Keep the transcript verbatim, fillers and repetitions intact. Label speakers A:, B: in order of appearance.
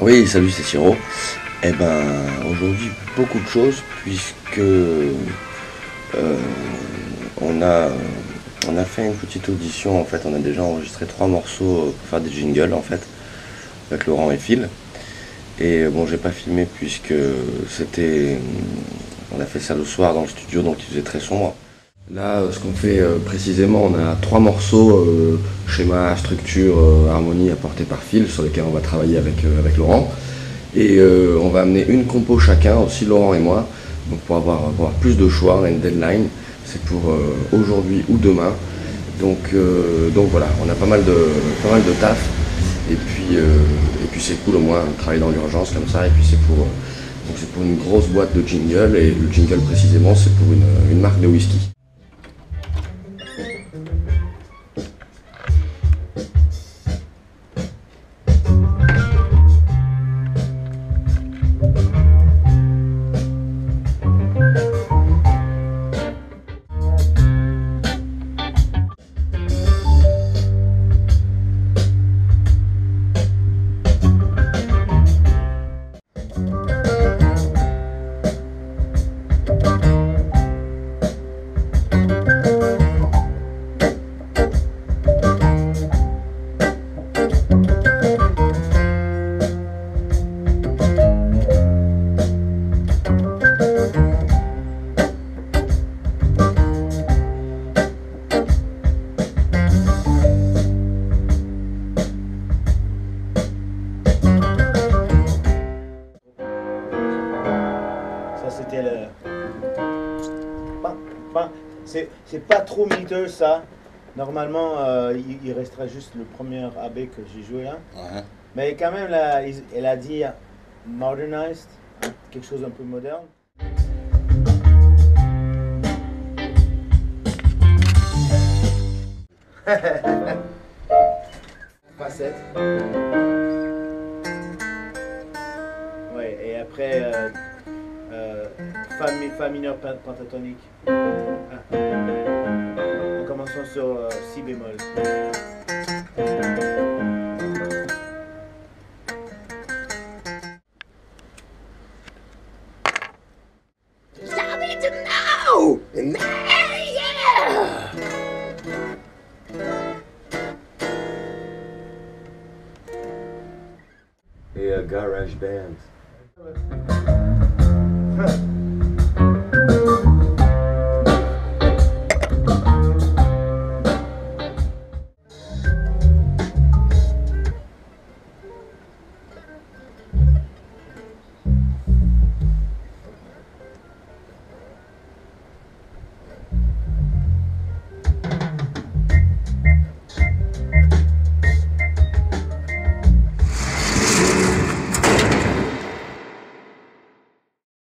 A: Oui, salut, c'est Siro. Eh ben, aujourd'hui, beaucoup de choses, puisque euh, on a, on a fait une petite audition. En fait, on a déjà enregistré trois morceaux pour faire des jingles, en fait, avec Laurent et Phil. Et bon, j'ai pas filmé puisque c'était, on a fait ça le soir dans le studio, donc il faisait très sombre. Là, ce qu'on fait euh, précisément, on a trois morceaux, euh, schéma, structure, euh, harmonie apportés par Phil, sur lesquels on va travailler avec, euh, avec Laurent. Et euh, on va amener une compo chacun, aussi Laurent et moi, donc pour avoir, pour avoir plus de choix. On a une deadline, c'est pour euh, aujourd'hui ou demain. Donc, euh, donc voilà, on a pas mal de, pas mal de taf. Et puis, euh, et puis c'est cool au moins, on travaille dans l'urgence comme ça. Et puis c'est pour, euh, donc c'est pour une grosse boîte de jingle. Et le jingle précisément, c'est pour une, une marque de whisky.
B: C'était le... C'est pas trop miteux ça. Normalement, euh, il, il restera juste le premier A B que j'ai joué là. Ouais. Mais quand même, là, il, elle a dit modernized, hein, quelque chose un peu moderne. Facette. Ouais, et après... Euh, Euh, fa, fa mineur pentatonique. Ah. En commençant sur euh, si bémol.
C: Something to know! Yeah!
A: Et uh, garage band.
B: Huh.